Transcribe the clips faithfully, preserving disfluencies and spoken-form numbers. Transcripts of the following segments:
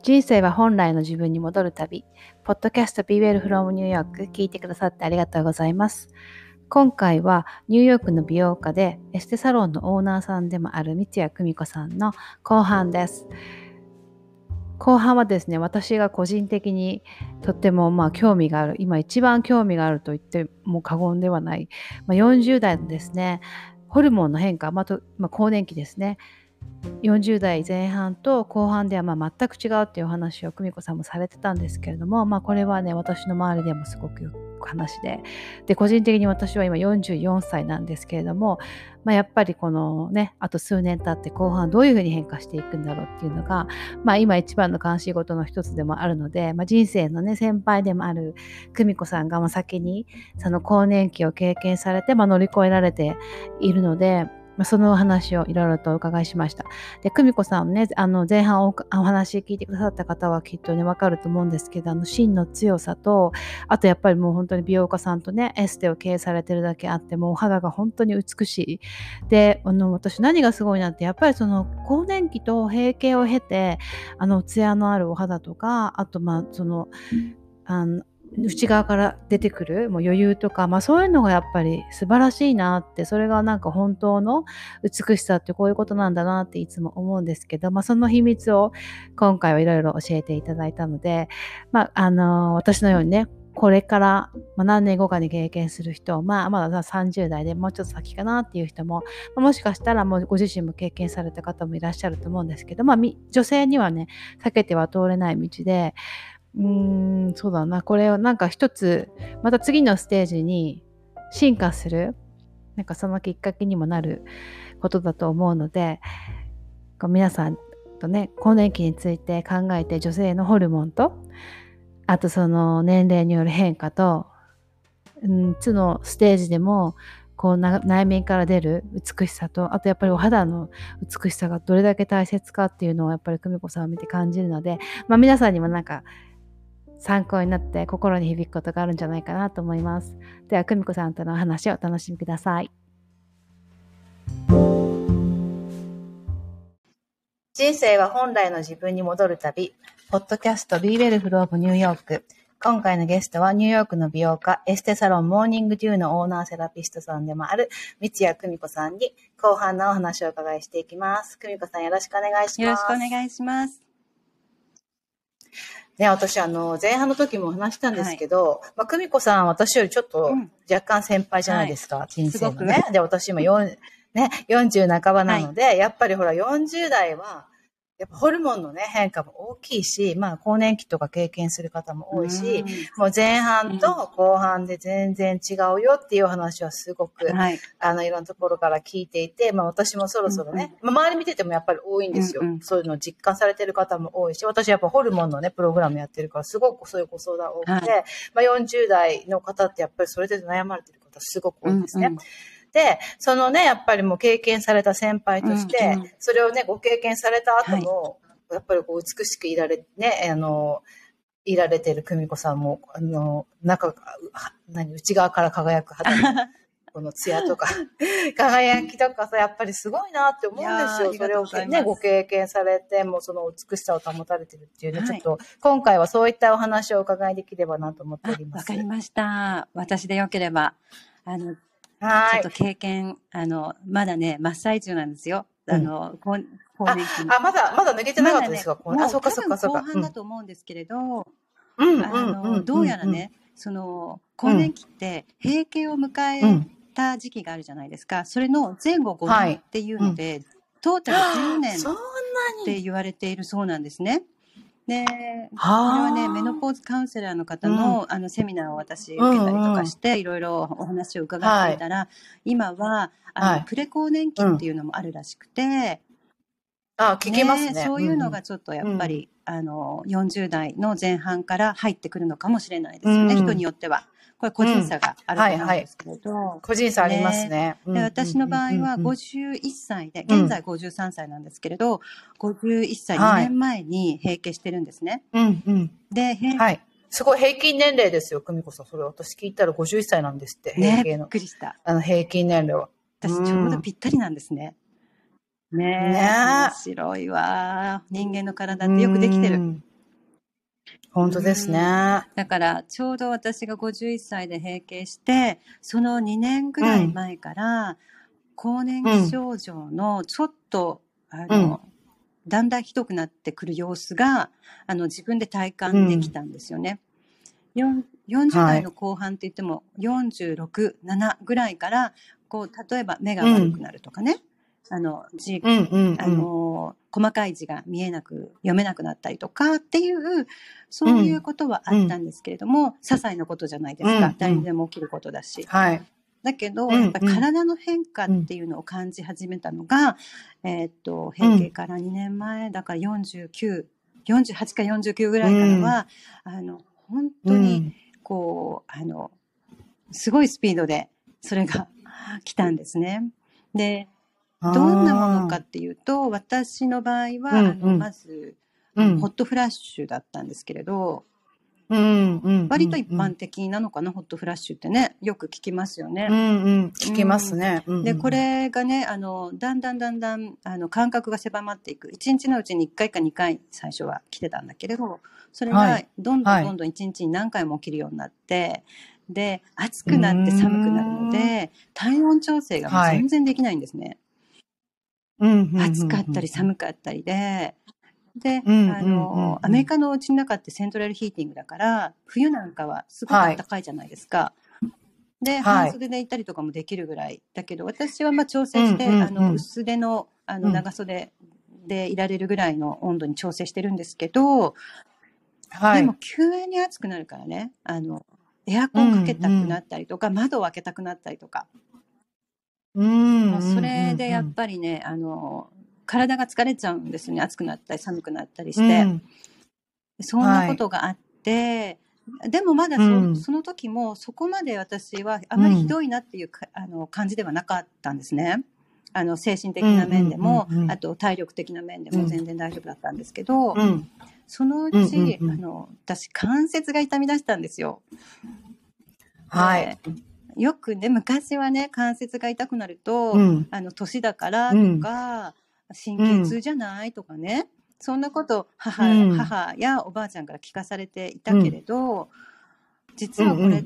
人生は本来の自分に戻る旅。ポッドキャスト Be Well from New York 聞いてくださってありがとうございます。今回はニューヨークの美容家でエステサロンのオーナーさんでもある三谷久美子さんの後半です。後半はですね、私が個人的にとってもまあ興味がある、今一番興味があると言っても過言ではない、まあ、よんじゅう代のですね、ホルモンの変化、まあとまあ、更年期ですね。よんじゅう代前半と後半ではまあ全く違うっていうお話を久美子さんもされてたんですけれども、まあこれはね、私の周りでもすごくよく話で、で個人的に私は今よんじゅうよんさいなんですけれども、まあ、やっぱりこのね、あと数年経って後半どういうふうに変化していくんだろうっていうのが、まあ今一番の関心事の一つでもあるので、まあ、人生のね先輩でもある久美子さんがまあ先にその更年期を経験されて、まあ、乗り越えられているので、まあ、そのお話をいろいろとお伺いしました。で、久美子さんね、あの前半お、お話聞いてくださった方はきっとね、わかると思うんですけど、あの芯の強さと、あとやっぱりもう本当に美容家さんとね、エステを経営されてるだけあって、もうお肌が本当に美しい。で、あの私何がすごいなって、やっぱりその更年期と閉経を経て、あの艶のあるお肌とか、あとまあその、あの内側から出てくるもう余裕とか、まあそういうのがやっぱり素晴らしいなって、それがなんか本当の美しさってこういうことなんだなっていつも思うんですけど、まあその秘密を今回はいろいろ教えていただいたので、まああの私のようにね、これから、まあ、何年後かに経験する人、まあまださんじゅう代でもうちょっと先かなっていう人も、もしかしたらもうご自身も経験された方もいらっしゃると思うんですけど、まあ女性にはね、避けては通れない道で、うーん、そうだな。これをなんか一つ、また次のステージに進化する、なんかそのきっかけにもなることだと思うので、こう皆さんとね、更年期について考えて、女性のホルモンと、あとその年齢による変化と、うん、いつのステージでも、こう内面から出る美しさと、あとやっぱりお肌の美しさがどれだけ大切かっていうのをやっぱり久美子さんを見て感じるので、まあ皆さんにもなんか参考になって心に響くことがあるんじゃないかなと思います。では久美子さんとのお話をお楽しみください。人生は本来の自分に戻る旅、ポッドキャスト Be Well from New York。今回のゲストはニューヨークの美容家、エステサロンモーニングデューのオーナーセラピストさんでもある三谷久美子さんに後半のお話をお伺いしていきます。久美子さんよろしくお願いします。 よろしくお願いします。 ね、私あの前半の時も話したんですけど、はい、まあ、久美子さん私よりちょっと若干先輩じゃないですか、うん、人生のね。で私今よん、ね、よんじゅう半ばなので、はい、やっぱりほらよんじゅう代はやっぱホルモンのね変化も大きいし、まあ更年期とか経験する方も多いし、もう前半と後半で全然違うよっていう話はすごく、はい、あのいろんなところから聞いていて、まあ私もそろそろね、うんうん、まあ周り見ててもやっぱり多いんですよ、うんうん。そういうのを実感されてる方も多いし、私やっぱホルモンのねプログラムやってるからすごくそういうご相談多くて、はい、まあよんじゅう代の方ってやっぱりそれで悩まれてる方すごく多いんですね。うんうん、で、そのね、やっぱりもう経験された先輩として、うんうん、それをね、ご経験された後も、はい、やっぱりこう美しくいられ、ね、あの、いられてる久美子さんも、あの、中、何、内側から輝く肌の、この艶とか、輝きとかさ、やっぱりすごいなって思うんですよ。それをね、ご経験されて、もうその美しさを保たれてるっていうね、はい、ちょっと、今回はそういったお話をお伺いできればなと思っております。 わかりました。私でよければ、あの、はい。ちょっと経験、あの、まだね、真っ最中なんですよ。あの、うん、こ更年期あ、あ、まだ、まだ抜けてなかったですか、 まね、 あ、そっかそっかそっか。 後半だと思うんですけれど、 うん、 あの、どうやらね、その、更年期って閉経を迎えた時期があるじゃないですか。それの前後ごねんっていうので、はい、うん、トータルじゅうねんって言われているそうなんですね。で、これはね、メノポーズカウンセラーの方の、うん、あのセミナーを私受けたりとかして、うんうん、いろいろお話を伺っていたら、はい、今はあの、はい、プレ更年期っていうのもあるらしくて、うん、 あ、聞きますね。 そういうのがちょっとやっぱり、うん、あのよんじゅう代の前半から入ってくるのかもしれないですよね、うん、人によっては。これ個人差があると思うんですけれど、うんはいはい、 個人差ありますね。 で私の場合はごじゅういっさいで、現在ごじゅうさんさいなんですけれど、ごじゅういっさい、はい、にねんまえに閉経してるんですね。 うんうん、で、はい。すごい平均年齢ですよ、久美子さん。それ私聞いたらごじゅういっさいなんですって、平均の。 ね、びっくりした。 あの平均年齢は。 私ちょうどぴったりなんですね。ねえ、ね面白いわ。人間の体ってよくできてる。 本当ですね。 だからちょうど私がごじゅういっさいで閉経して、そのにねんぐらい前から、うん、更年期症状のちょっと、うん、あの、うん、だんだんひどくなってくる様子があの自分で体感できたんですよね。うん、よんじゅう代の後半って言っても、はい、よんじゅうろく、ななぐらいからこう例えば目が悪くなるとかね、うん、あの字、うんうんうん、あの細かい字が見えなく読めなくなったりとかっていうそういうことはあったんですけれども、うん、些細なことじゃないですか、うんうん、誰にでも起きることだし、はい、だけど、やっぱり体の変化っていうのを感じ始めたのが、うん、えー、っと閉経からにねんまえだからよんじゅうきゅう、よんじゅうはちかよんじゅうきゅうぐらいからは、うん、あの本当にこう、うん、あのすごいスピードでそれが来たんですね。で、どんなものかっていうと、私の場合は、うんうん、あのまず、うん、ホットフラッシュだったんですけれど、うんうんうん、割と一般的なのかな、ホットフラッシュってね、よく聞きますよね。 うんうん、聞きますね。 うん、で、これがね、あのだんだんだんだんあの間隔が狭まっていく。いちにちのうちにいっかいかにかい最初は来てたんだけれど、それがどんどんどんどんいちにちに何回も起きるようになって、はい、で、暑くなって寒くなるので、体温調整がもう全然できないんですね。はい、暑かったり寒かったりで、で、うんうんうんうん、あの、アメリカの家の中ってセントラルヒーティングだから、冬なんかはすごく暖かいじゃないですか。はい、で、半袖でいたりとかもできるぐらい。だけど、私はまあ調整して、うんうんうん、あの、薄手の、あの、長袖でいられるぐらいの温度に調整してるんですけど、はい、でも急に暑くなるからね、あの、エアコンかけたくなったりとか、うんうん、窓を開けたくなったりとか。うんうんうんうん、それでやっぱりね、あの、体が疲れちゃうんですね。暑くなったり寒くなったりして、うん、そんなことがあって、はい、でもまだ そ,、うん、その時もそこまで私はあまりひどいなっていう、うん、あの感じではなかったんですね。あの精神的な面でも、うんうんうんうん、あと体力的な面でも全然大丈夫だったんですけど、うん、そのうち、うんうんうん、あの私関節が痛み出したんですよ。はい。よくね、昔はね、関節が痛くなると、うん、あの年だからとか、うん、神経痛じゃないとかね、そんなこと母、うん、母やおばあちゃんから聞かされていたけれど、うん、実はこれって、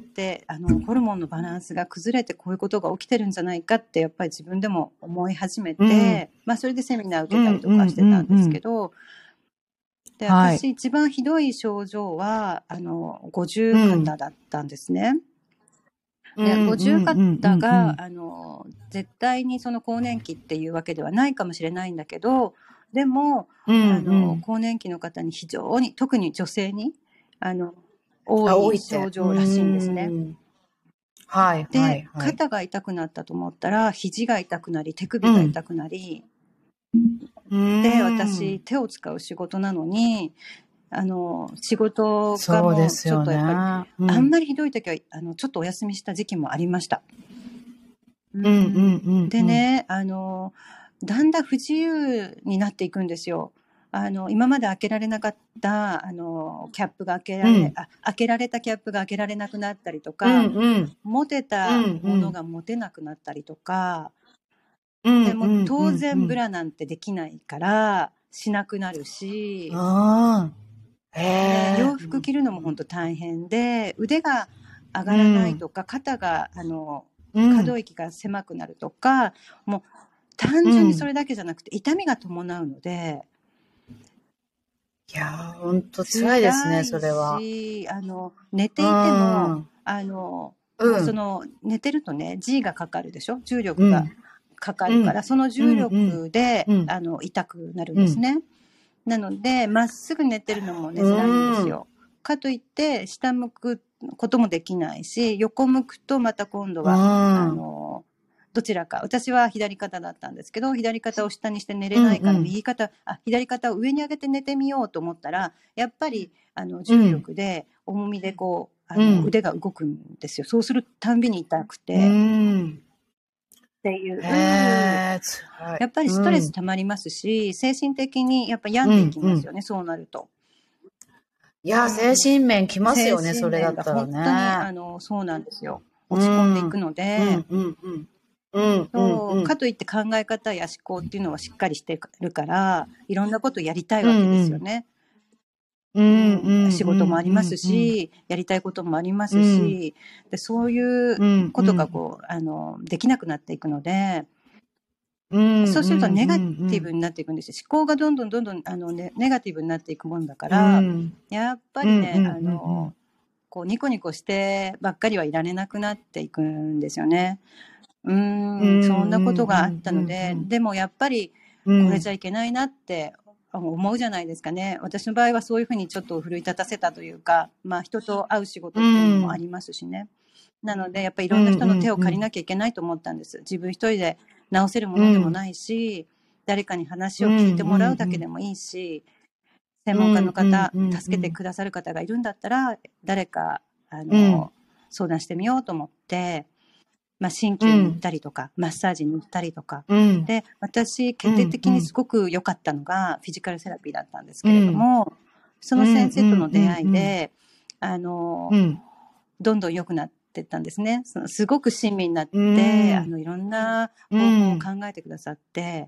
うんうん、あのホルモンのバランスが崩れてこういうことが起きてるんじゃないかってやっぱり自分でも思い始めて、うん、まあそれでセミナー受けたりとかしてたんですけど、うんうんうんうん、で私、はい、一番ひどい症状はあの五十肩だったんですね。うん、で五十肩が、うんうん、あの絶対にその更年期っていうわけではないかもしれないんだけど、でも、うんうん、あの更年期の方に非常に特に女性にあの多い症状らしいんですね。はい、で、はいはい、肩が痛くなったと思ったら肘が痛くなり手首が痛くなり、うん、で私手を使う仕事なのにあの仕事がもうちょっとやっぱり、ね、うん、あんまりひどい時はあのちょっとお休みした時期もありました。うんうんうんうん、でね、あのだんだん不自由になっていくんですよ。あの今まで開けられなかったあのキャップが開けられ、うん、あ開けられたキャップが開けられなくなったりとか、うんうん、持てたものが持てなくなったりとか、うんうん、でも当然ブラなんてできないからしなくなるし、あへ洋服着るのも本当大変で、腕が上がらないとか、うん、肩があの可動域が狭くなるとか、もう単純にそれだけじゃなくて痛みが伴うので、 いやー本当辛いですね、それは。 あの寝ていてもあの、うん、その寝てるとね G がかかるでしょ、重力がかかるから、うん、その重力で、うん、あの痛くなるんですね。うん、なのでまっすぐ寝てるのも寝づらいんですよ。うん、かといって下向くこともできないし、横向くとまた今度は、うん、あのどちらか、私は左肩だったんですけど、左肩を下にして寝れないから右肩、うんうん、あ左肩を上に上げて寝てみようと思ったら、やっぱりあの重力で重みでこう、あの腕が動くんですよ。そうするたんびに痛くて、うん、っていう、やっぱりストレス溜まりますし、うん、精神的にやっぱ病んでいきますよね、うんうん、そうなると。 いや精神面きますよね、それだったらね。 本当にあのそうなんですよ。落ち込んでいくので、うんうんうんうんうんうん、かといって考え方や思考っていうのはしっかりしてるから、いろんなことやりたいわけですよね。 うんうん、 仕事もありますし、うん、やりたいこともありますし、うん、でそういうことがこう、あのできなくなっていくので、うん、そうするとネガティブになっていくんですよ。思考がどんどんどんどんあの、ね、ネガティブになっていくもんだから、うん、やっぱりね、うん、あのこうニコニコしてばっかりはいられなくなっていくんですよね。うん、そんなことがあったので、でもやっぱりこれじゃいけないなって思うじゃないですかね。私の場合はそういうふうにちょっと奮い立たせたというか、まあ人と会う仕事っていうのもありますしね。なのでやっぱりいろんな人の手を借りなきゃいけないと思ったんです。自分一人で直せるものでもないし、誰かに話を聞いてもらうだけでもいいし、専門家の方、助けてくださる方がいるんだったら、誰かあの相談してみようと思って、まあ、鍼灸に行ったりとか、うん、マッサージに行ったりとか、うん、で私決定的にすごく良かったのがフィジカルセラピーだったんですけれども、うん、その先生との出会いで、うん、あの、うん、どんどん良くなっていったんですね。そのすごく親身になって、うん、あのいろんな方法を考えてくださって、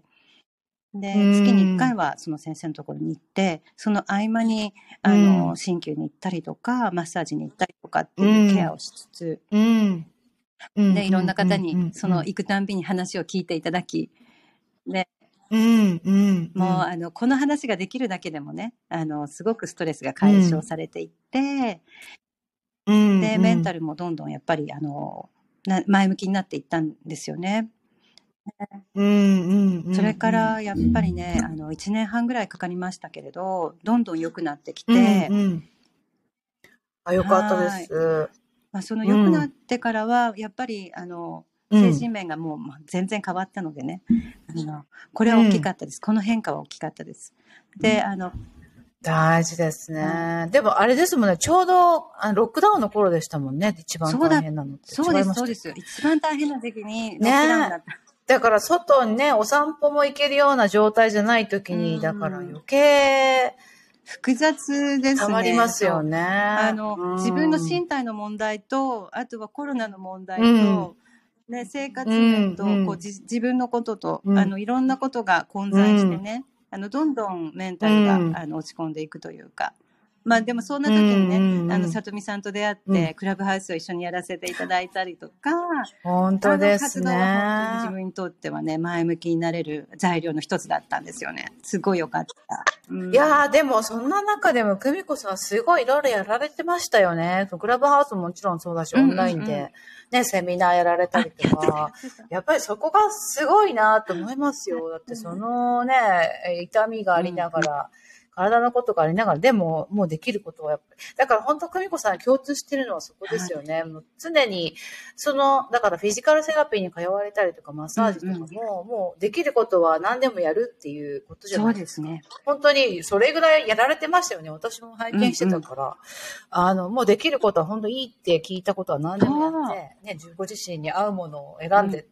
で月にいっかいはその先生のところに行って、その合間にあの鍼灸に行ったりとかマッサージに行ったりとかっていうケアをしつつ、うんでいろんな方にその行くたんびに話を聞いていただき、で、うんうん、もうあのこの話ができるだけでもね、あのすごくストレスが解消されていって、うん、でメンタルもどんどんやっぱりあのな前向きになっていったんですよね。うんうんうん、それからやっぱりね、あのいちねんはんぐらいかかりましたけれど、どんどん良くなってきて、うんうん、 あ、よかったです。 まあ、その良くなってからはやっぱりあの精神面がもう全然変わったのでね、うん、あのこれは大きかったです、うん、この変化は大きかったです。で、あの大事ですね、うん、でもあれですもんね、ちょうどあロックダウンの頃でしたもんね、一番大変なのって。 そうですそうです、一番大変な時期にロックダウンだった、ね、 だから外にねお散歩も行けるような状態じゃない時に、だから余計複雑ですね。 たまりますよね。 あの、うん、自分の身体の問題と、あとはコロナの問題と、うん、ね、生活面と、うん、こう自分のことと、うん、あのいろんなことが混在してね、うん、あのどんどんメンタルが、うん、あの落ち込んでいくというか。まあでもそんな時にね、うんうん、あの里見さんと出会って、うん、クラブハウスを一緒にやらせていただいたりとか、 本当ですね。 あの活動は本当に自分にとってはね、前向きになれる材料の一つだったんですよね。すごい良かった。 うん、いやーでもそんな中でも久美子さんすごいいろいろやられてましたよね。クラブハウスももちろんそうだし、オンラインで、ね、うんうん、セミナーやられたりとか、やっぱりそこがすごいなと思いますよ。だってそのね、痛みがありながら、うんうん、体のことがありながら、でも、もうできることはやっぱり。だから本当、久美子さん共通してるのはそこですよね。はい、もう常に、その、だからフィジカルセラピーに通われたりとか、マッサージとかも、うんうん、もうできることは何でもやるっていうことじゃないですか。そうですね。本当に、それぐらいやられてましたよね。私も拝見してたから、うんうん、あの、もうできることは本当いいって聞いたことは何でもやって、ね、ご自身に合うものを選んでって、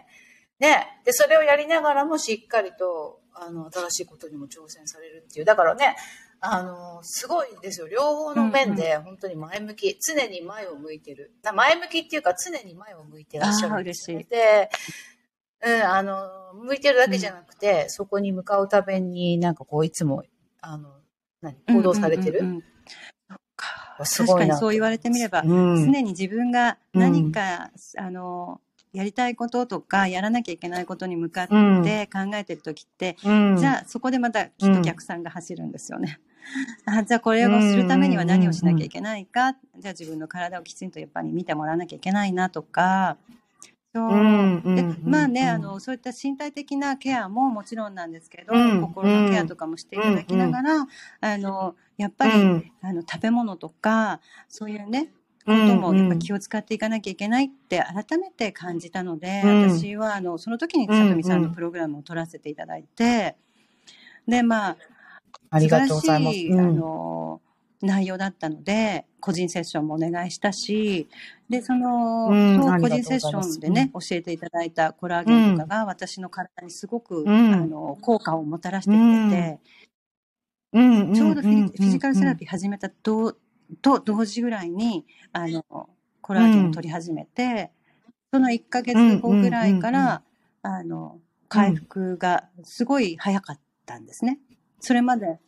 うん、ね、で、それをやりながらもしっかりと、あの、新しいことにも挑戦されるっていう。だからね、あの、すごいですよ。両方の面で、本当に前向き、うんうん、常に前を向いてる。前向きっていうか、常に前を向いてらっしゃるんですよね。で、うん、あの、向いてるだけじゃなくて、うん、そこに向かうために、なんかこう、いつも、あの、何、行動されてる。うんうんうんうん、 すごいな。確かにそう言われてみれば、うん、常に自分が何か、うん、あの、やりたいこととかやらなきゃいけないことに向かって考えてるときって、うん、じゃあそこでまたきっと逆算が走るんですよね。うん、あじゃあこれをするためには何をしなきゃいけないか、うん、じゃあ自分の体をきちんとやっぱり見てもらわなきゃいけないなとか、そう、うん、でまあね、あのそういった身体的なケアももちろんなんですけど、うん、心のケアとかもしていただきながら、うん、あのやっぱり、うん、あの食べ物とかそういうねこともやっぱ気を使っていかなきゃいけないって改めて感じたので、うん、私はあのその時に里見さんのプログラムを取らせていただいて、でまあありがとうございます。 素晴らしい、うん、あの内容だったので個人セッションもお願いしたし、でその、うん、そう個人セッションでね、うん、教えていただいたコラーゲンとかが私の体にすごく、うん、あの効果をもたらしてくれて、うん、ちょうどフィ、うん、フィジカルセラピー始めたとと同時ぐらいにあのコラーゲンを取り始めて、うん、そのいっかげつごぐらいから、うん、あの回復がすごい早かったんですね。それまで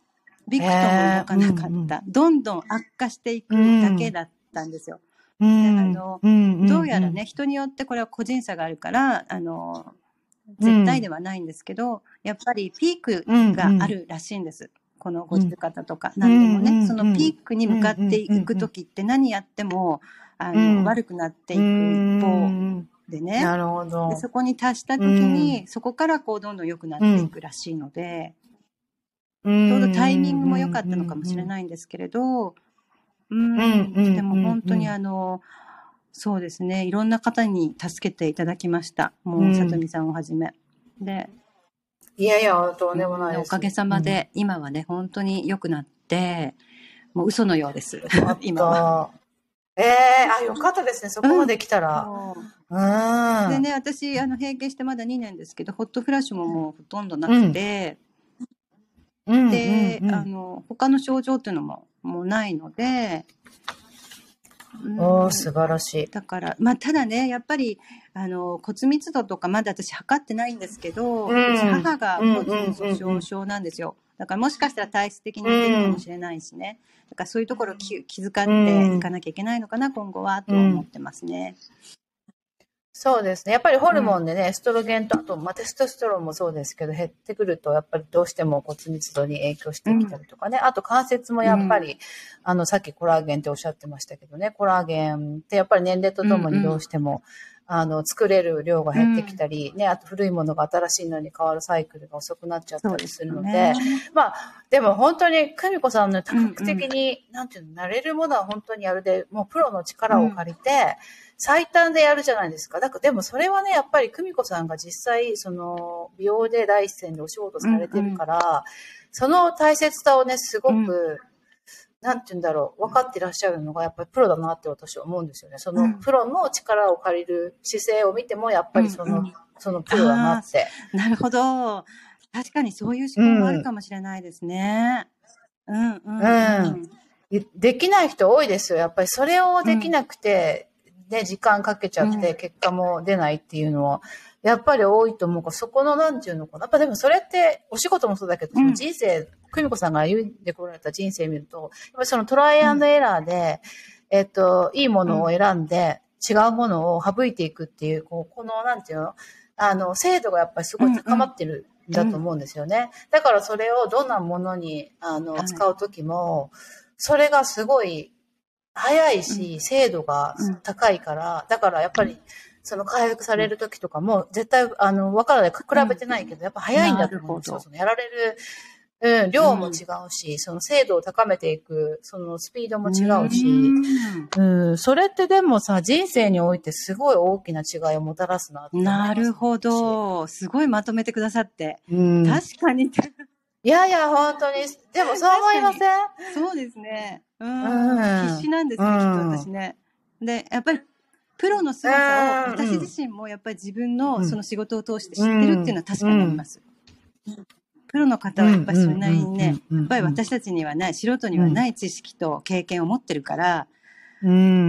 びくとも動かなかった、うんうん、どんどん悪化していくだけだったんですよ、うん、であの、うん、どうやらね人によってこれは個人差があるからあの絶対ではないんですけど、うん、やっぱりピークがあるらしいんです、うんうん、このごじゅう方とか何でもね、うんうん、そのピークに向かっていく時って何やってもあの、うん、悪くなっていく一方でね、 なるほど。 でそこに達した時に、うん、そこからこうどんどん良くなっていくらしいので、うん、ちょうどタイミングも良かったのかもしれないんですけれど、うん、うん、でも本当にあのそうですね、いろんな方に助けていただきました。もうさとみさんをはじめで、 いやいやとんでもないです、 おかげさまで、うん、今はね本当に良くなってもう嘘のようです今は。 ええー、あ、よかったですね。そこまで来たら。うん。うん、 でね、私、あの、閉経してまだにねんですけど、ホットフラッシュももうほとんどなくて、うん、で、うんうんうん、あの、他の症状っていうのももうないので、 うん、おー、素晴らしい。 だから、まあ、ただね、やっぱり、あの、骨密度とかまだ私測ってないんですけど、うん、うち母が骨粗鬆症なんですよ。だからもしかしたら体質的に似てるかもしれないしね。だからそういうところを気遣っていかなきゃいけないのかな、今後は、と思ってますね。 そうですね。やっぱりホルモンでね、うん、エストロゲンと、あと、まあ、テストステロンもそうですけど、減ってくると、やっぱりどうしても骨密度に影響してきたりとかね。うん、あと関節もやっぱり、うん、あの、さっきコラーゲンっておっしゃってましたけどね、コラーゲンってやっぱり年齢とともにどうしても、うんうん、あの、作れる量が減ってきたり、うん、ね、あと古いものが新しいのに変わるサイクルが遅くなっちゃったりするので、でね、まあ、でも本当に、久美子さんの多角的に、うんうん、なんていうの、なれるものは本当にやるで、もうプロの力を借りて、うん最短でやるじゃないですか。だからでもそれはね、やっぱり久美子さんが実際、その、美容で第一線でお仕事されてるから、うんうん、その大切さをね、すごく、うん、なんて言うんだろう、分かっていらっしゃるのが、やっぱりプロだなって私は思うんですよね。その、プロの力を借りる姿勢を見ても、やっぱりその、うんうん、そのプロだなって。 なるほど。確かにそういう思考もあるかもしれないですね。うん、うん、うん。うんできない人多いですよ。やっぱりそれをできなくて、うん、ね、時間かけちゃって結果も出ないっていうのは、やっぱり多いと思うから、そこのなんていうのかな。やっぱでもそれってお仕事もそうだけど、その人生、久美子さんが歩んでこられた人生を見ると、やっぱりそのトライアンドエラーで、うん、えっと、いいものを選んで、違うものを省いていくっていう、こう、このなんていうの、あの、精度がやっぱりすごい高まってるんだと思うんですよね。うんうん、だからそれをどんなものに、あの、使うときも、はいそれがすごい早いし、精度が高いから、だからやっぱり、その回復される時とかも、絶対、あの、わからない、比べてないけど、やっぱ早いんだと思うんですよ。そのやられる、うん、量も違うし、その精度を高めていく、そのスピードも違うし、うん、それってでもさ、人生においてすごい大きな違いをもたらすなって思います。 なるほど。すごいまとめてくださって。うん、確かに。 いやいや、本当に。でもそう思いません？ そうですね。うん。うん、必死なんですね、うん、きっと私ね。で、やっぱり、プロの凄さを、私自身もやっぱり自分のその仕事を通して知ってるっていうのは確かにあります。うんうん、プロの方はやっぱりそれなりにね、やっぱり私たちにはない、素人にはない知識と経験を持ってるから、うん、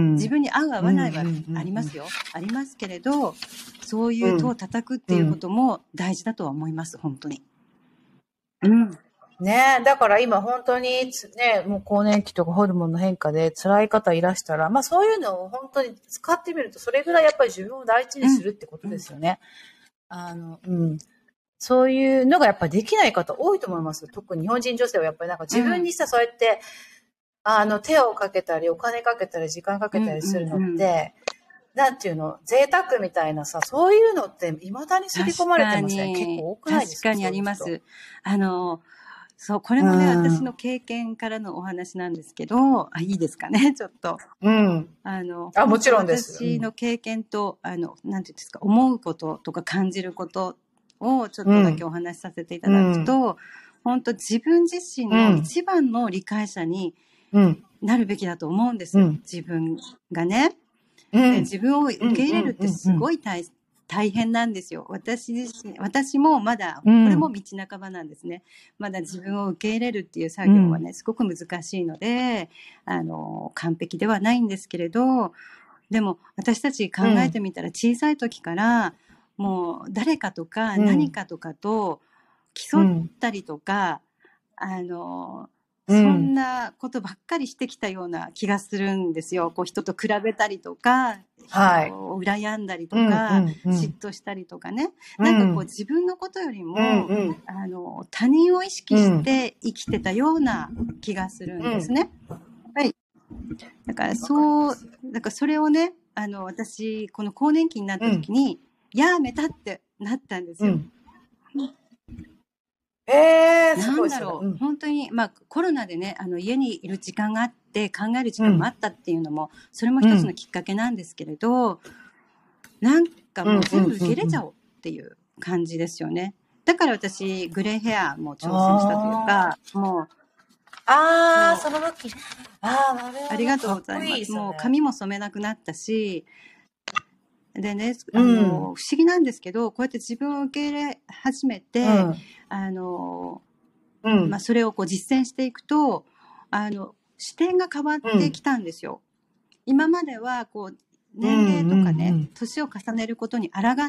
自分に合う合わないはありますよ。ありますけれど、そういう戸を叩くっていうことも大事だとは思います、本当に。 うん。ねえ、だから今本当にね、もう更年期とかホルモンの変化で辛い方いらしたら、まあそういうのを本当に使ってみると、それぐらいやっぱり自分を大事にするってことですよね。うん、あの、うん。そういうのがやっぱりできない方多いと思います。特に日本人女性はやっぱりなんか自分にさ、うん、そうやって、あの、手をかけたり、お金かけたり、時間かけたりするのって、うんうんうん、なんていうの、贅沢みたいなさ、そういうのって未だに刷り込まれてますね。結構多くないですか？ 確かにあります。あの、そう、これもね、うん、私の経験からのお話なんですけど、あ、いいですかね、ちょっと。 うん。 あの、 あ、もちろんです。 私の経験と、うん、あの、なんていうんですか、思うこととか感じることをちょっとだけお話しさせていただくと、うん、本当自分自身の一番の理解者になるべきだと思うんです。うん、自分がね。うん、自分を受け入れるってすごい大、うん大変なんですよ。私自身、私もまだ、これも道半ばなんですね。うん、まだ自分を受け入れるっていう作業はね、すごく難しいので、あの、完璧ではないんですけれど、でも私たち考えてみたら小さい時から、もう誰かとか何かとかと競ったりとか、うん、あの、 そんなことばっかりしてきたような気がするんですよ。こう人と比べたりとか、人を羨んだりとか、はい、嫉妬したりとかね。うん、なんかこう自分のことよりも、うんうん、あの他人を意識して生きてたような気がするんですね。うん、はい。だからそう、だからそれをね、あの私この更年期になった時に、うん、やめたってなったんですよ。うんえー、 なんだろう、うん、本当に、まあ、コロナでね、あの家にいる時間があって考える時間もあったっていうのも、うん、それも一つのきっかけなんですけれど、うん、なんかもう全部受け入れちゃおうっていう感じですよね。だから私グレーヘアも挑戦したというか、もうああその時ああなるほどありがとうございます。いいもう髪も染めなくなったし。でね、あの、うん、不思議なんですけど、こうやって自分を受け入れ始めて、うん、あの、うん、まあ、それをこう実践していくと、あの、視点が変わってきたんですよ。うん、今までは、こう、年齢とかね、年、うんうん、を重ねることに抗って、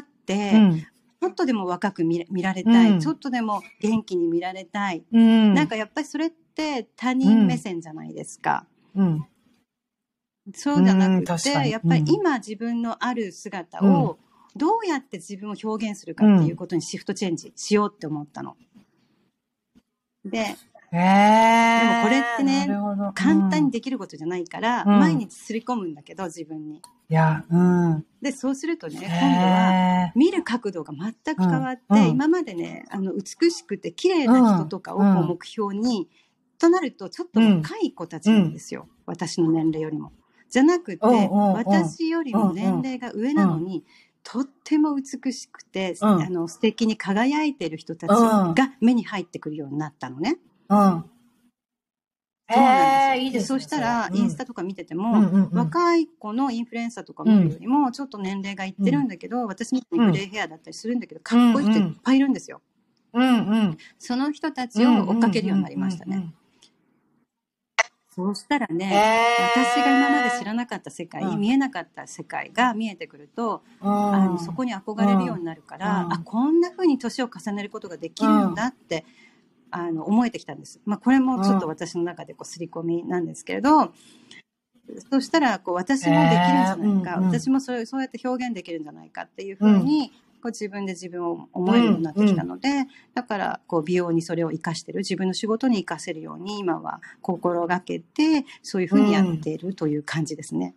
うん、ちょっとでも若く 見, 見られたい、うん、ちょっとでも元気に見られたい、うん。なんかやっぱりそれって他人目線じゃないですか。うんそうじゃなくて、やっぱり今自分のある姿をどうやって自分を表現するかっていうことにシフトチェンジしようって思ったの。で、でもこれってね、簡単にできることじゃないから、毎日すり込むんだけど、自分に。いや、うん。 で、そうするとね、今度は見る角度が全く変わって、うん、今までね、あの、美しくて綺麗な人とかをこう目標に、となるとちょっと若い子たちなんですよ。私の年齢よりも。じゃなくて、私よりも年齢が上なのに、とっても美しくて、うん、あの素敵に輝いている人たちが目に入ってくるようになったのね。うん、そうなんですよ。いいですね、そうしたら、インスタとか見てても、うんうんうん、若い子のインフルエンサーとか見るよりも、ちょっと年齢がいってるんだけど、うん、私みたいにグレーヘアだったりするんだけど、かっこいい人いっぱいいるんですよ。うんうん、その人たちを追っかけるようになりましたね。うんうんうんうん、そうしたらね、私が今まで知らなかった世界、うん、見えなかった世界が見えてくると、うん、あのそこに憧れるようになるから、うん、あ、こんな風に年を重ねることができるんだって、うん、あの思えてきたんです。まあ、これもちょっと私の中でこう刷り込みなんですけれど、そしたらこう私もできるんじゃないか、うんうん、私もそれそうやって表現できるんじゃないかっていう風に、うんこう自分で自分を思えるようになってきたので、うんうん、だからこう美容にそれを活かしてる、自分の仕事に活かせるように今は心がけてそういうふうにやっているという感じですね。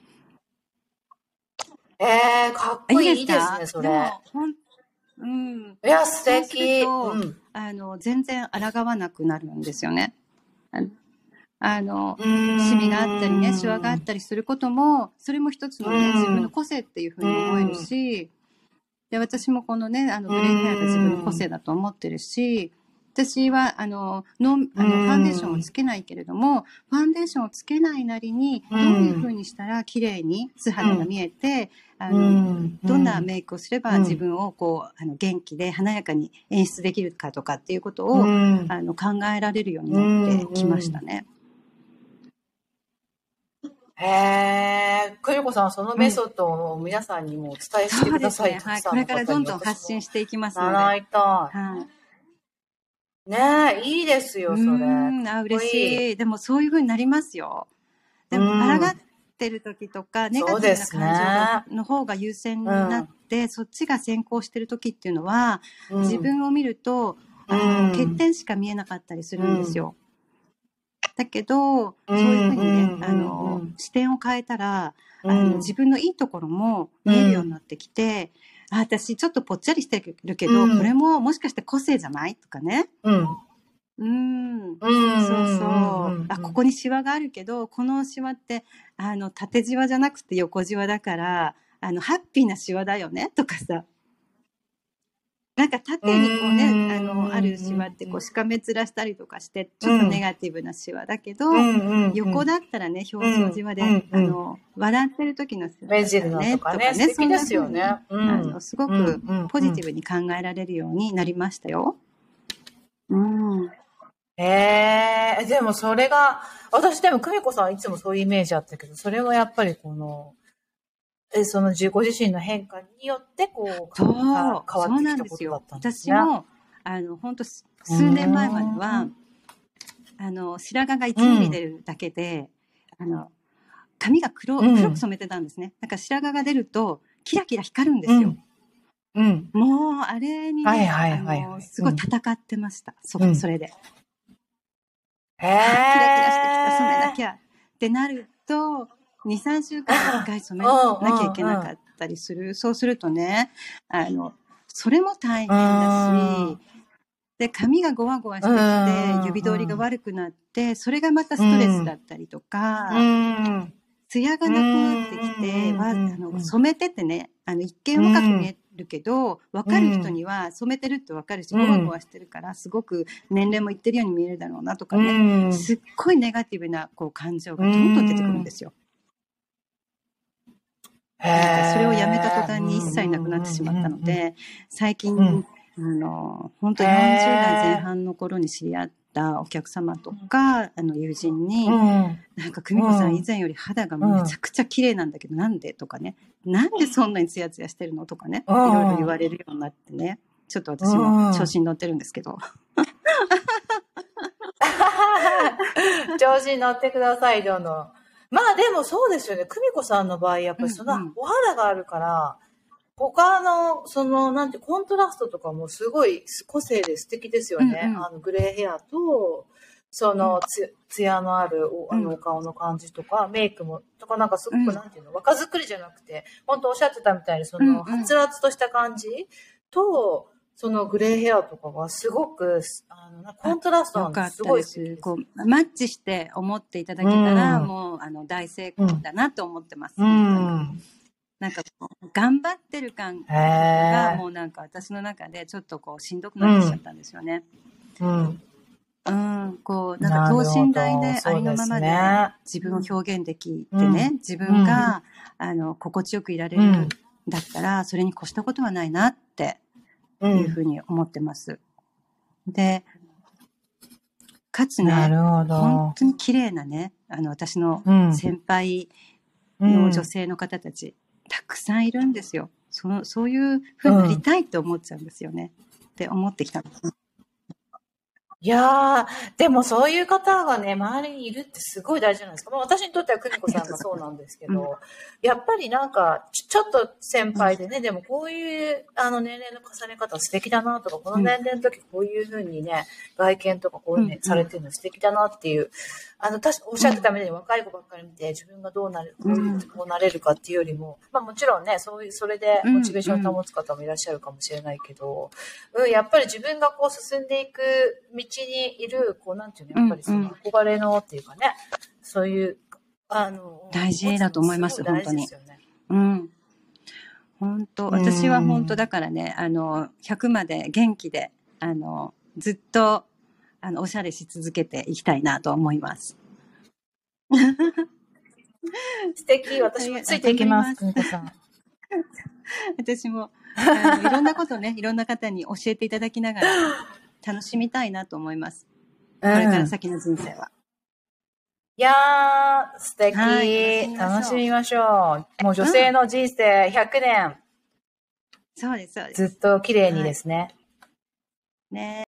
うん、えー、かっこいいですね、それ。でもほん、 うん、 いや素敵。 そうすると、うん、あの全然抗わなくなるんですよね。あのシミがあったりね、シワがあったりすることも、それも一つのね、自分の個性っていうふうに思えるし。で私もこのね、あのグレーヘアが自分の個性だと思ってるし、私はあののあのファンデーションをつけないけれども、ファンデーションをつけないなりにどういう風にしたら綺麗に素肌が見えて、あのどんなメイクをすれば自分をこうあの元気で華やかに演出できるかとかっていうことをあの考えられるようになってきましたね。 へえ、クリコさん、そのメソッドを皆さんにもお伝えしてください。 うん、そうですね。はい。これからどんどん発信していきますので。 習いたい。はい。ねえ、いいですよ、それ。うん、 あ、嬉しい。でもそういう風になりますよ。でも、抗ってる時とか、ネガティブな感情の方が優先になって、うん、そっちが先行してる時っていうのは、うん、自分を見ると、あの、うん、欠点しか見えなかったりするんですよ。うんだけど、そういうふうにね、うん、あの、うん、視点を変えたら、うん、あの、自分のいいところも見えるようになってきて、うん、あ、私ちょっとぽっちゃりしてるけど、うん、これももしかして個性じゃないとかね。うん。うん。そうそう。あ、ここにシワがあるけど、このシワって、あの、縦シワじゃなくて横シワだから、あの、ハッピーなシワだよねとかさ。なんか縦にこうね、あの、あるシワってこうしかめ面したりとかして、ちょっとネガティブなシワだけど、横だったらね、表情シワで、あの、笑ってる時のシワだったらね、とかね、 素敵ですよね。 あの、すごくポジティブに考えられるようになりましたよ。うん。 へえ、でもそれが、私でも久美子さんいつもそういうイメージあったけど、それはやっぱりこの、えそのご自身の変化によってこう変わってきたことだったんですね。 私もあの本当数年前まではあの白髪がいちミリ出るだけで、うん、あの髪が 黒, 黒く染めてたんですね。だから白髪が出るとキラキラ光るんですよ。うん、もうあれに、ね、はいはいはいはい、あのすごい戦ってました。うん、そ, それで。へー、キラキラしてきた、染めなきゃってなるとに、さんしゅうかんにいっかい染めなきゃいけなかったりする。そうするとね、あのそれも大変だし、で髪がゴワゴワしてきて指通りが悪くなって、それがまたストレスだったりとか、ツヤがなくなってきて、あの染めててね、あの一見若く見えるけど、分かる人には染めてるって分かるし、ゴワゴワしてるからすごく年齢もいってるように見えるだろうなとかね、すっごいネガティブなこう感情がどんどん出てくるんですよ。なんかそれをやめた途端に一切なくなってしまったので、最近、うん、あの本当よんじゅうだいぜん半の頃に知り合ったお客様とか、あの友人に、うん、なんか久美子さん以前より肌がめちゃくちゃ綺麗なんだけど、なんでとかね、なんでそんなにツヤツヤしてるのとかね、いろいろ言われるようになってね、ちょっと私も調子に乗ってるんですけど。 調子に乗ってください、どんどん。まあでもそうですよね。久美子さんの場合、やっぱりそのお肌があるから、うんうん、他の、その、なんて、コントラストとかもすごい個性で素敵ですよね。うんうん、あの、グレーヘアと、その、つ、つやのあるお、あの、お顔の感じとか、うん、メイクも、とかなんかすごく、なんていうの、若作りじゃなくて、本当おっしゃってたみたいに、その、はつらつとした感じと、そのグレーヘアとかがすごく、あの、コントラストがすごい素敵です。 こう、マッチして思っていただけたら、うん、もう、あの、大成功だなと思ってます。うん、なんかこう、頑張ってる感が、もうなんか私の中でちょっとこう、しんどくなってきちゃったんですよね。うん。うん、こう、なんか等身大でありのままで、ね、自分を表現できてね、うん、自分が、うん、あの、心地よくいられるんだったら、それに越したことはないなって、いうふうに思ってます。うん、で、かつね、本当に綺麗なね、あの、私の先輩の女性の方たち、うん、たくさんいるんですよ。その、そういうふうになりたいって思っちゃうんですよね。うん、って思ってきたんです。 いやー、でもそういう方がね、周りにいるってすごい大事なんですか。まあ、私にとっては久美子さんがそうなんですけど、うん、やっぱりなんかち、ちょっと先輩でね、うん、でもこういうあの年齢の重ね方素敵だなとか、この年齢の時こういう風にね、外見とかこういうね、されてるの素敵だなっていう、あの、たしおっしゃってたみたいに若い子ばっかり見て、自分がどうなる、こういう、こうなれるかっていうよりも、まあもちろんね、そういう、それでモチベーションを保つ方もいらっしゃるかもしれないけど、うん、やっぱり自分がこう進んでいく道にいる、こう、なんていうの、やっぱりその憧れのっていうかね、そういう、あの、 大事だと思います、本当に。うん。本当、私は本当だからね、あの、ひゃくまで元気で、あの、ずっと、あの、おしゃれし続けていきたいなと思います。 素敵。私もついていきます、久美子さん。 私もあの、いろんなことね、いろんな方に教えていただきながら、楽しみたいなと思います。これから先の人生は。 いやー、素敵、はい。楽しみましょう。もう女性の人生ひゃくねん。うん、 そうです、そうです。 ずっと綺麗にですね。はい、 ね。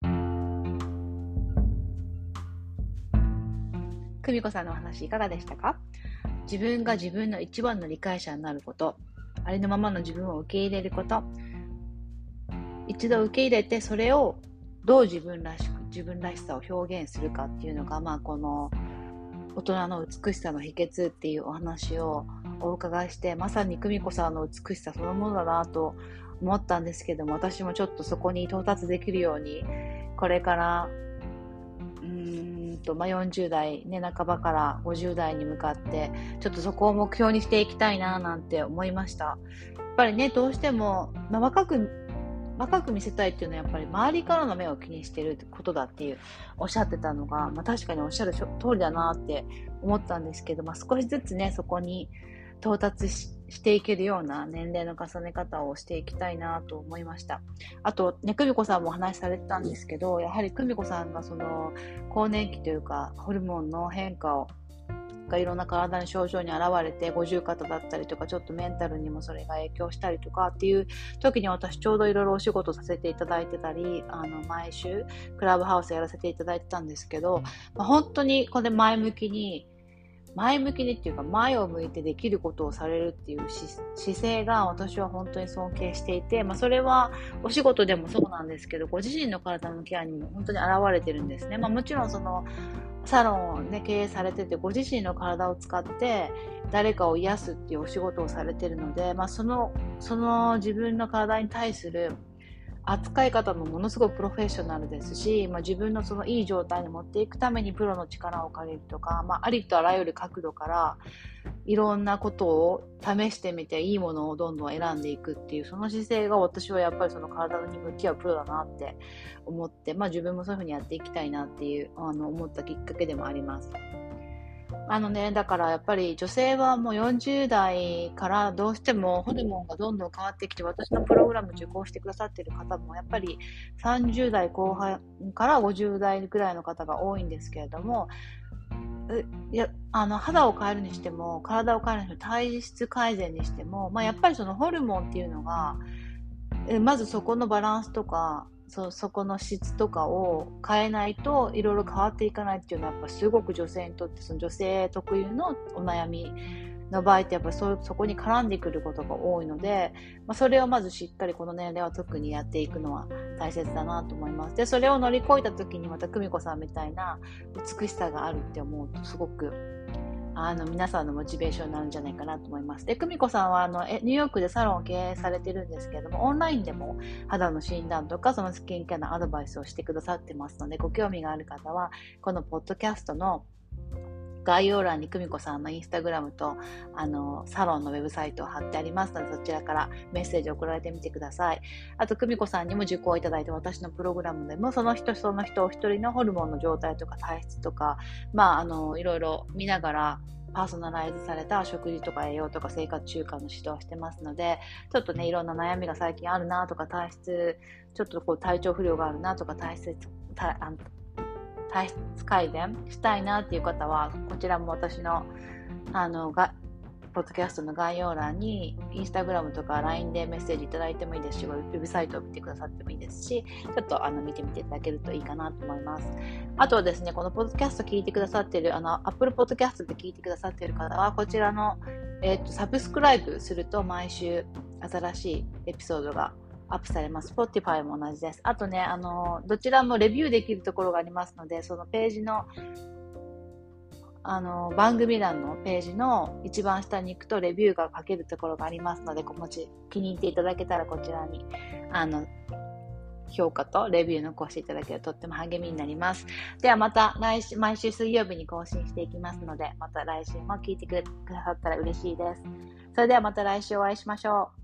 久美子さんのお話いかがでしたか？自分が自分の一番の理解者になること、ありのままの自分を受け入れること、一度受け入れてそれをどう自分らしく、自分らしさを表現するかっていうのが、まあこの大人の美しさの秘訣っていうお話をお伺いして、まさに久美子さんの美しさそのものだなと思ったんですけども、私もちょっとそこに到達できるように、これからうーんと、まあ、よんじゅう代、ね、半ばからごじゅう代に向かってちょっとそこを目標にしていきたいななんて思いました。やっぱりね、どうしても、まあ、若く若く見せたいっていうのはやっぱり周りからの目を気にしてることだっていうおっしゃってたのが、まあ、確かにおっしゃる通りだなって思ったんですけど、まあ、少しずつねそこに到達 し, していけるような年齢の重ね方をしていきたいなと思いました。あとね、久美子さんもお話しされてたんですけど、やはり久美子さんがその更年期というかホルモンの変化をがいろんな体の症状に現れて、五十肩だったりとか、ちょっとメンタルにもそれが影響したりとかっていう時に、私ちょうどいろいろお仕事させていただいてたり、あの毎週クラブハウスやらせていただいてたんですけど、まあ、本当にこれ前向きに前向きにっていうか、前を向いてできることをされるっていう姿勢が私は本当に尊敬していて、まあそれはお仕事でもそうなんですけど、ご自身の体のケアにも本当に現れてるんですね。まあもちろんそのサロンをね、経営されてて、ご自身の体を使って誰かを癒すっていうお仕事をされてるので、まあその、その自分の体に対する扱い方もものすごくプロフェッショナルですし、まあ、自分のそのいい状態に持っていくためにプロの力を借りるとか、まあ、ありとあらゆる角度からいろんなことを試してみていいものをどんどん選んでいくっていうその姿勢が、私はやっぱりその体に向き合うプロだなって思って、まあ、自分もそういうふうにやっていきたいなっていうあの思ったきっかけでもあります。あのね、だからやっぱり女性はもうよんじゅう代からどうしてもホルモンがどんどん変わってきて、私のプログラム受講してくださっている方もやっぱりさんじゅう代後半からごじゅう代ぐらいの方が多いんですけれども、いやあの肌を変えるにしても体を変えるにしても体質改善にしても、まあ、やっぱりそのホルモンっていうのがまずそこのバランスとかそ, そこの質とかを変えないといろいろ変わっていかないっていうのはやっぱすごく女性にとってその女性特有のお悩みの場合ってやっぱり そ, そこに絡んでくることが多いので、まあ、それをまずしっかりこの年齢は特にやっていくのは大切だなと思います。でそれを乗り越えた時にまた久美子さんみたいな美しさがあるって思うとすごくあの皆さんのモチベーションになるんじゃないかなと思います。で、久美子さんはあのえニューヨークでサロンを経営されてるんですけれども、オンラインでも肌の診断とかそのスキンケアのアドバイスをしてくださってますので、ご興味がある方はこのポッドキャストの概要欄に久美子さんのインスタグラムとあのサロンのウェブサイトを貼ってありますので、そちらからメッセージを送られてみてください。あと久美子さんにも受講いただいて、私のプログラムでもその人その人お一人のホルモンの状態とか体質とか、まああのいろいろ見ながらパーソナライズされた食事とか栄養とか生活習慣の指導をしてますので、ちょっとねいろんな悩みが最近あるなとか、体質ちょっとこう体調不良があるなとか、体質体あの体質改善したいなっていう方は、こちらも私のあのがポッドキャストの概要欄にインスタグラムとか ライン でメッセージいただいてもいいですし、ウェブサイトを見てくださってもいいですし、ちょっとあの見てみていただけるといいかなと思います。あとはですね、このポッドキャスト聞いてくださっている、あの Apple Podcast で聞いてくださっている方は、こちらの、えーと、サブスクライブすると毎週新しいエピソードがアップされます。Spotify も同じです。あとね、あのどちらもレビューできるところがありますので、そのページのあの番組欄のページの一番下に行くとレビューが書けるところがありますので、もし気に入っていただけたらこちらにあの評価とレビュー残していただけるととっても励みになります。ではまた来週毎週水曜日に更新していきますので、また来週も聞いてくださったら嬉しいです。それではまた来週お会いしましょう。